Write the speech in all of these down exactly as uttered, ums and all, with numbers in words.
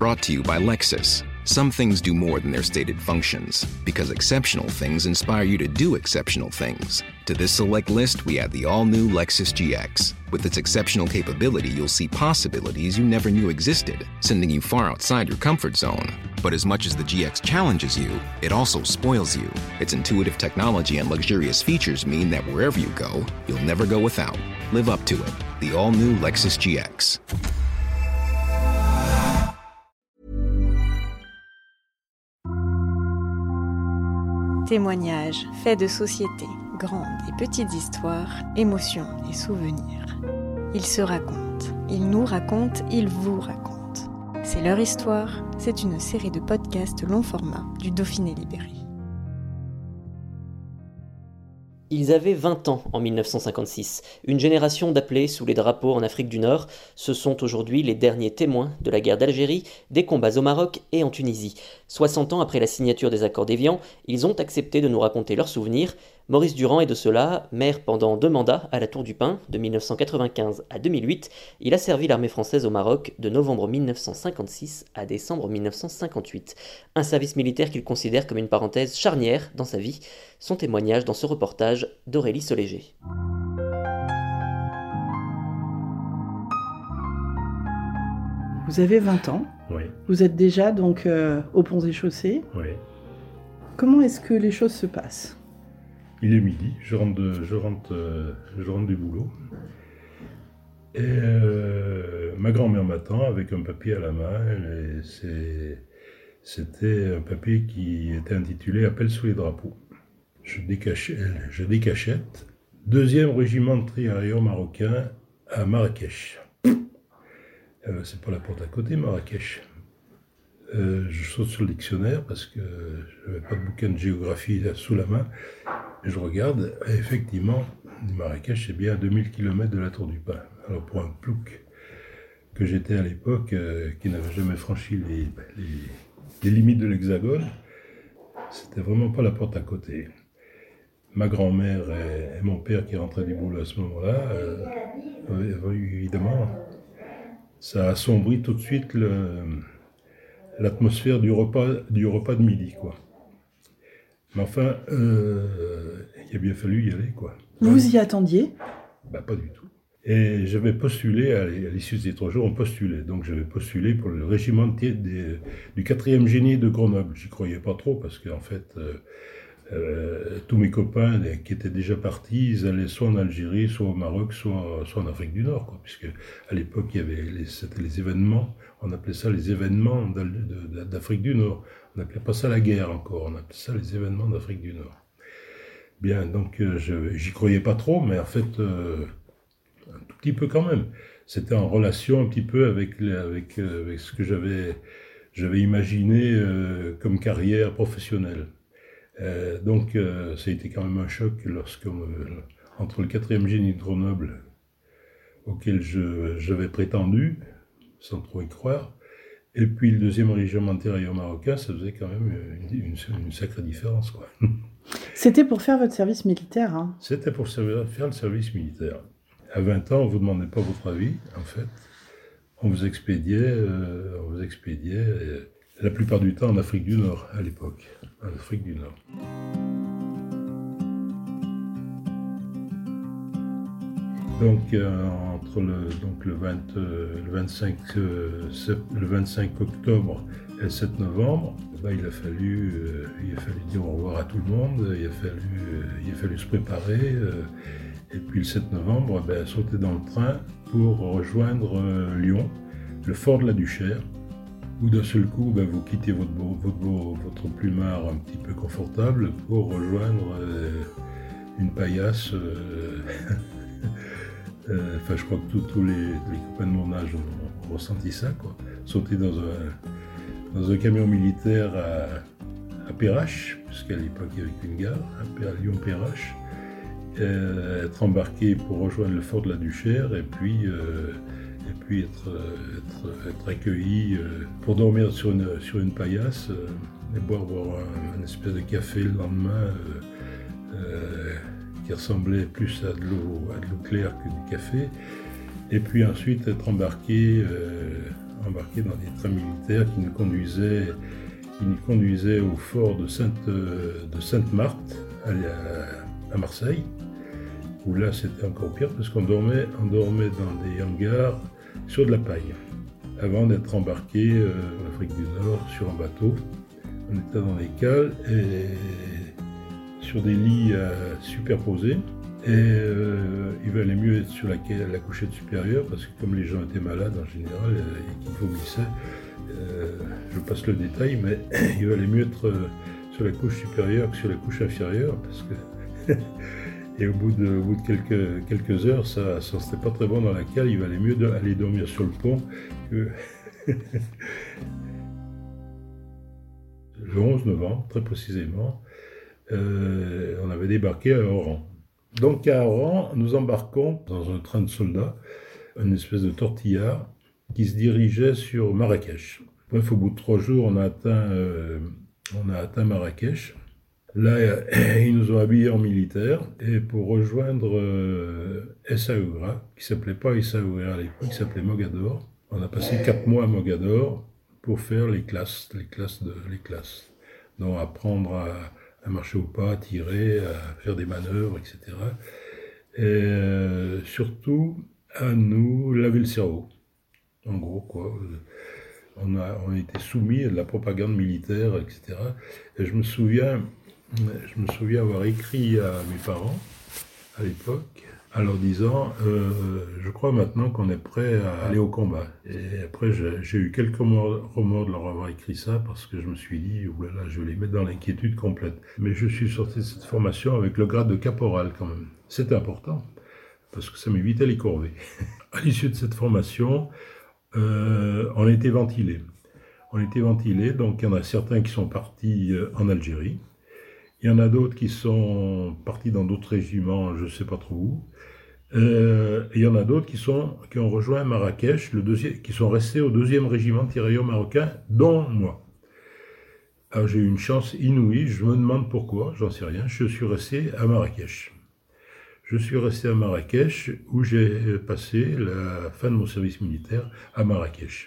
Brought to you by Lexus. Some things do more than their stated functions, because exceptional things inspire you to do exceptional things. To this select list, we add the all-new Lexus G X. With its exceptional capability, you'll see possibilities you never knew existed, sending you far outside your comfort zone. But as much as the G X challenges you, it also spoils you. Its intuitive technology and luxurious features mean that wherever you go, you'll never go without. Live up to it. The all-new Lexus G X. Témoignages, faits de société, grandes et petites histoires, émotions et souvenirs. Ils se racontent, ils nous racontent, ils vous racontent. C'est leur histoire, c'est une série de podcasts long format du Dauphiné Libéré. Ils avaient vingt ans en mille neuf cent cinquante-six, une génération d'appelés sous les drapeaux en Afrique du Nord. Ce sont aujourd'hui les derniers témoins de la guerre d'Algérie, des combats au Maroc et en Tunisie. soixante ans après la signature des accords d'Évian, ils ont accepté de nous raconter leurs souvenirs. Maurice Durand est de cela, maire pendant deux mandats à la Tour du Pin, de mille neuf cent quatre-vingt-quinze à deux mille huit. Il a servi l'armée française au Maroc de novembre mille neuf cent cinquante-six à décembre mille neuf cent cinquante-huit. Un service militaire qu'il considère comme une parenthèse charnière dans sa vie. Son témoignage dans ce reportage d'Aurélie Soléger. Vous avez vingt ans. Oui. Vous êtes déjà donc euh, au Ponts et Chaussées. Oui. Comment est-ce que les choses se passent ? Il est midi, je rentre, de, je rentre, euh, je rentre du boulot. Et euh, ma grand-mère m'attend avec un papier à la main. Et c'est, c'était un papier qui était intitulé « Appel sous les drapeaux ». Je, décachette, je décachette. Deuxième régiment de tirailleurs marocain à Marrakech. Euh, c'est pas la porte à côté, Marrakech. Euh, je saute sur le dictionnaire parce que je n'avais pas de bouquin de géographie là, sous la main. Et je regarde, et effectivement, Marrakech, c'est bien à deux mille kilomètres de la Tour du Pin. Alors pour un plouc que j'étais à l'époque, euh, qui n'avait jamais franchi les, les, les limites de l'Hexagone, c'était vraiment pas la porte à côté. Ma grand-mère et, et mon père qui rentraient du boulot à ce moment-là, euh, euh, évidemment, ça assombrit tout de suite le, l'atmosphère du repas, du repas de midi, quoi. Mais enfin, euh, il a bien fallu y aller, quoi. Vous y attendiez ? Bah, pas du tout. Et j'avais postulé, à l'issue de ces trois jours, on postulait. Donc j'avais postulé pour le régiment de, des, du quatrième génie de Grenoble. J'y croyais pas trop, parce qu'en fait, euh, euh, tous mes copains qui étaient déjà partis, ils allaient soit en Algérie, soit au Maroc, soit, soit en Afrique du Nord, quoi. Puisque à l'époque, il y avait les, c'était les événements, on appelait ça les événements d'Afrique du Nord. On n'appelait pas ça la guerre encore, on appelait ça les événements d'Afrique du Nord. Bien, donc euh, je, j'y croyais pas trop, mais en fait, euh, un tout petit peu quand même. C'était en relation un petit peu avec, les, avec, euh, avec ce que j'avais, j'avais imaginé euh, comme carrière professionnelle. Euh, donc euh, ça a été quand même un choc lorsque, euh, entre le quatrième génie de Grenoble, auquel je, j'avais prétendu, sans trop y croire, et puis le deuxième régiment de tirailleurs marocain, ça faisait quand même une, une, une sacrée différence, quoi. C'était pour faire votre service militaire, hein ? C'était pour servir, faire le service militaire. À vingt ans, on ne vous demandait pas votre avis, en fait. On vous expédiait, euh, on vous expédiait euh, la plupart du temps en Afrique du Nord, à l'époque. En Afrique du Nord. Donc, euh, entre le, donc le, vingt, euh, le, vingt-cinq, euh, le vingt-cinq octobre et le sept novembre, ben, il, a fallu, euh, il a fallu dire au revoir à tout le monde, il a fallu, euh, il a fallu se préparer. Euh, et puis le sept novembre, ben, sauter dans le train pour rejoindre euh, Lyon, le fort de la Duchère, où d'un seul coup, ben, vous quittez votre, beau, votre, beau, votre plumard un petit peu confortable pour rejoindre euh, une paillasse. Euh, Euh, enfin, je crois que tous les, les copains de mon âge ont, ont ressenti ça, quoi. Sauter dans un, dans un camion militaire à, à Perrache, puisqu'à l'époque il n'y avait qu'une gare, à Lyon-Perrache, euh, être embarqué pour rejoindre le fort de la Duchère, et puis, euh, et puis être, être, être accueilli euh, pour dormir sur une, sur une paillasse, euh, et boire, boire un, un espèce de café le lendemain. Euh, euh, qui ressemblait plus à de l'eau, à de l'eau claire que du café, et puis ensuite être embarqué euh, embarqués dans des trains militaires qui nous conduisaient, qui nous conduisaient au fort de, Sainte, de Sainte-Marthe, à, à Marseille, où là c'était encore pire parce qu'on dormait, on dormait dans des hangars sur de la paille, avant d'être embarqués euh, en Afrique du Nord sur un bateau. On était dans des cales et sur des lits euh, superposés. Et euh, il valait mieux être sur la, la couchette supérieure parce que comme les gens étaient malades en général euh, et qu'ils vomissaient, euh, je passe le détail, mais il valait mieux être euh, sur la couche supérieure que sur la couche inférieure parce que et au bout de, au bout de quelques, quelques heures, ça ne sentait pas très bon dans la cale, il valait mieux de, aller dormir sur le pont que... Le onze novembre, très précisément, euh, on avait débarqué à Oran. Donc à Oran, nous embarquons dans un train de soldats, une espèce de tortillard qui se dirigeait sur Marrakech. Bref, au bout de trois jours, on a atteint, euh, on a atteint Marrakech. Là, ils nous ont habillés en militaire et pour rejoindre euh, Essaouira, qui s'appelait pas Essaouira à l'époque, qui s'appelait Mogador. On a passé quatre mois à Mogador pour faire les classes, les classes de les classes. Donc apprendre à, à marcher au pas, à tirer, à faire des manœuvres, et cetera. Et euh, surtout à nous laver le cerveau. En gros, quoi. On a, on a été soumis à de la propagande militaire, et cetera. Et je me souviens, je me souviens avoir écrit à mes parents à l'époque, en leur disant euh, je crois maintenant qu'on est prêt à aller au combat. Et après, j'ai, j'ai eu quelques remords, remords de leur avoir écrit ça parce que je me suis dit oh là là, je vais les mettre dans l'inquiétude complète. Mais je suis sorti de cette formation avec le grade de caporal quand même. C'était important parce que ça m'évitait les corvées. À l'issue de cette formation, euh, on a été ventilés. On a été ventilés, donc il y en a certains qui sont partis en Algérie. Il y en a d'autres qui sont partis dans d'autres régiments, je ne sais pas trop où. Euh, et il y en a d'autres qui, sont, qui ont rejoint Marrakech, le deuxième, qui sont restés au deuxième régiment de tirailleurs marocains, dont moi. Alors j'ai eu une chance inouïe, je me demande pourquoi, j'en sais rien, je suis resté à Marrakech. Je suis resté à Marrakech, où j'ai passé la fin de mon service militaire à Marrakech.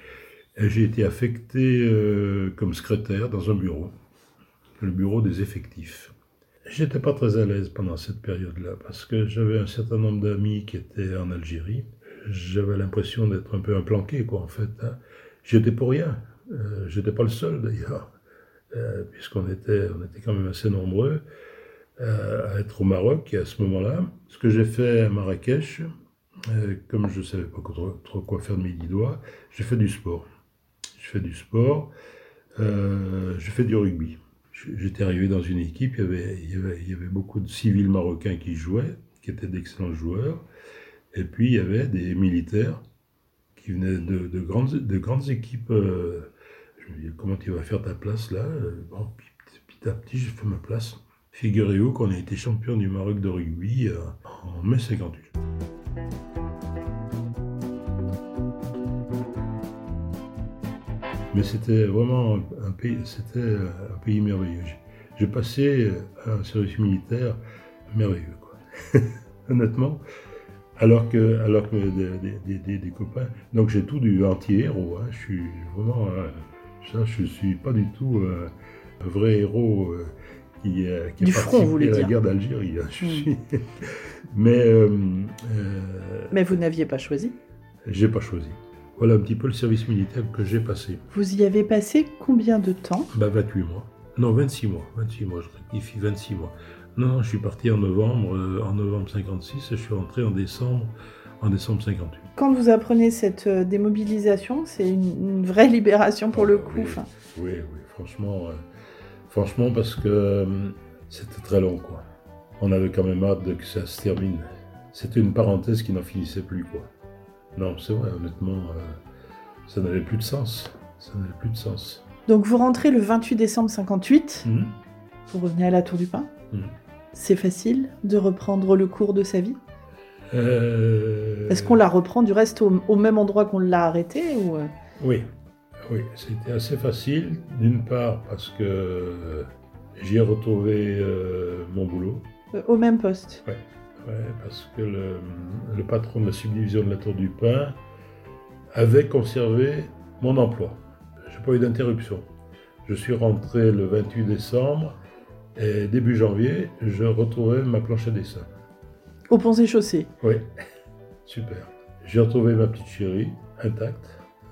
Et j'ai été affecté euh, comme secrétaire dans un bureau, le bureau des effectifs. J'étais pas très à l'aise pendant cette période-là, parce que j'avais un certain nombre d'amis qui étaient en Algérie. J'avais l'impression d'être un peu implanqué, quoi, en fait. Hein. J'étais pour rien. Euh, j'étais pas le seul, d'ailleurs, euh, puisqu'on était, on était quand même assez nombreux euh, à être au Maroc, et à ce moment-là, ce que j'ai fait à Marrakech, euh, comme je savais pas trop, trop quoi faire de mes dix doigts, j'ai fait du sport. J'ai fait du sport, euh, j'ai fait du rugby. J'étais arrivé dans une équipe, il y, avait, il, y avait, il y avait beaucoup de civils marocains qui jouaient, qui étaient d'excellents joueurs, et puis il y avait des militaires qui venaient de, de, grandes, de grandes équipes. Euh, je me dis, comment tu vas faire ta place là? Bon, petit, petit à petit, j'ai fait ma place. Figurez-vous qu'on a été champion du Maroc de rugby euh, en mai cinquante-huit. Mais c'était vraiment un pays, c'était un pays merveilleux. J'ai passé un service militaire merveilleux, quoi. Honnêtement. Alors que, alors que des, des, des, des copains. Donc j'ai tout du anti-héros. Hein. Je suis vraiment. Euh, ça, je suis pas du tout euh, un vrai héros euh, qui, euh, qui du a front, participé à la dire. guerre d'Algérie. Hein. Je mmh. suis. Mais. Euh, euh, Mais vous n'aviez pas choisi. J'ai pas choisi. Voilà un petit peu le service militaire que j'ai passé. Vous y avez passé combien de temps? Bah vingt-huit mois. Non, vingt-six mois. vingt-six mois, je rectifie, vingt-six mois. Non, non, je suis parti en novembre, euh, en novembre cinquante-six et je suis rentré en décembre, en décembre cinquante-huit. Quand vous apprenez cette euh, démobilisation, c'est une, une vraie libération pour oh, le bah, coup. Oui, oui, oui, franchement, euh, franchement parce que euh, c'était très long, quoi. On avait quand même hâte de que ça se termine. C'était une parenthèse qui n'en finissait plus, quoi. Non, c'est vrai, honnêtement, euh, ça n'avait plus de sens. Ça n'avait plus de sens. Donc vous rentrez le vingt-huit décembre cinquante-huit, Mmh. vous revenez à la Tour du Pin. Mmh. C'est facile de reprendre le cours de sa vie? euh... Est-ce qu'on la reprend du reste au, au même endroit qu'on l'a arrêté ou... Oui, oui, c'était assez facile, d'une part parce que j'y ai retrouvé euh, mon boulot. Euh, au même poste? Ouais, ouais, parce que le, le patron de la subdivision de la Tour du Pin avait conservé mon emploi. Je n'ai pas eu d'interruption. Je suis rentré le vingt-huit décembre et début janvier, je retrouvais ma planche à dessin. Au Ponts et Chaussées. Oui, super. J'ai retrouvé ma petite chérie, intacte,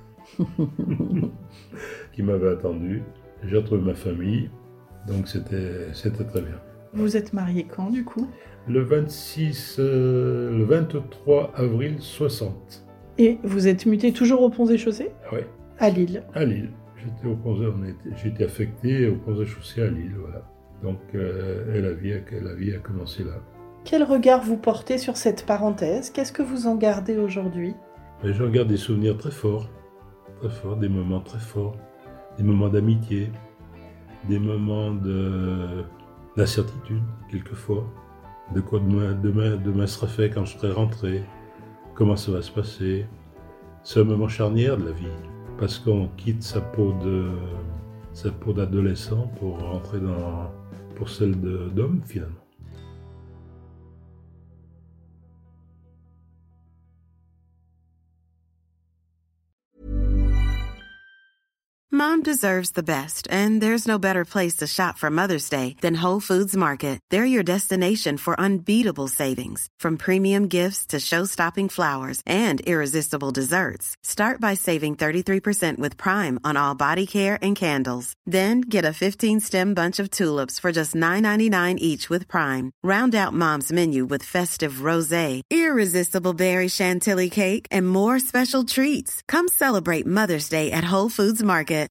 qui m'avait attendu. J'ai retrouvé ma famille, donc c'était, c'était très bien. Vous êtes marié quand, du coup ? Le vingt-six, euh, le vingt-trois avril soixante. Et vous êtes muté toujours au Ponts et Chaussées ? Oui. À Lille. À Lille. J'étais au Ponts, on était, j'ai été affecté au Ponts et Chaussées à Lille, voilà. Donc, euh, et la vie, a, la vie a commencé là. Quel regard vous portez sur cette parenthèse ? Qu'est-ce que vous en gardez aujourd'hui ? Mais j'en garde des souvenirs très forts, très forts, des moments très forts, des moments d'amitié, des moments de, d'incertitude, quelquefois, de quoi demain, demain, demain sera fait quand je serai rentré, comment ça va se passer. C'est un moment charnière de la vie, parce qu'on quitte sa peau, de, sa peau d'adolescent pour rentrer dans, pour celle de, d'homme, finalement. Mom deserves the best, and there's no better place to shop for Mother's Day than Whole Foods Market. They're your destination for unbeatable savings, from premium gifts to show-stopping flowers and irresistible desserts. Start by saving thirty-three percent with Prime on all body care and candles. Then get a fifteen-stem bunch of tulips for just nine ninety-nine each with Prime. Round out Mom's menu with festive rosé, irresistible berry chantilly cake, and more special treats. Come celebrate Mother's Day at Whole Foods Market.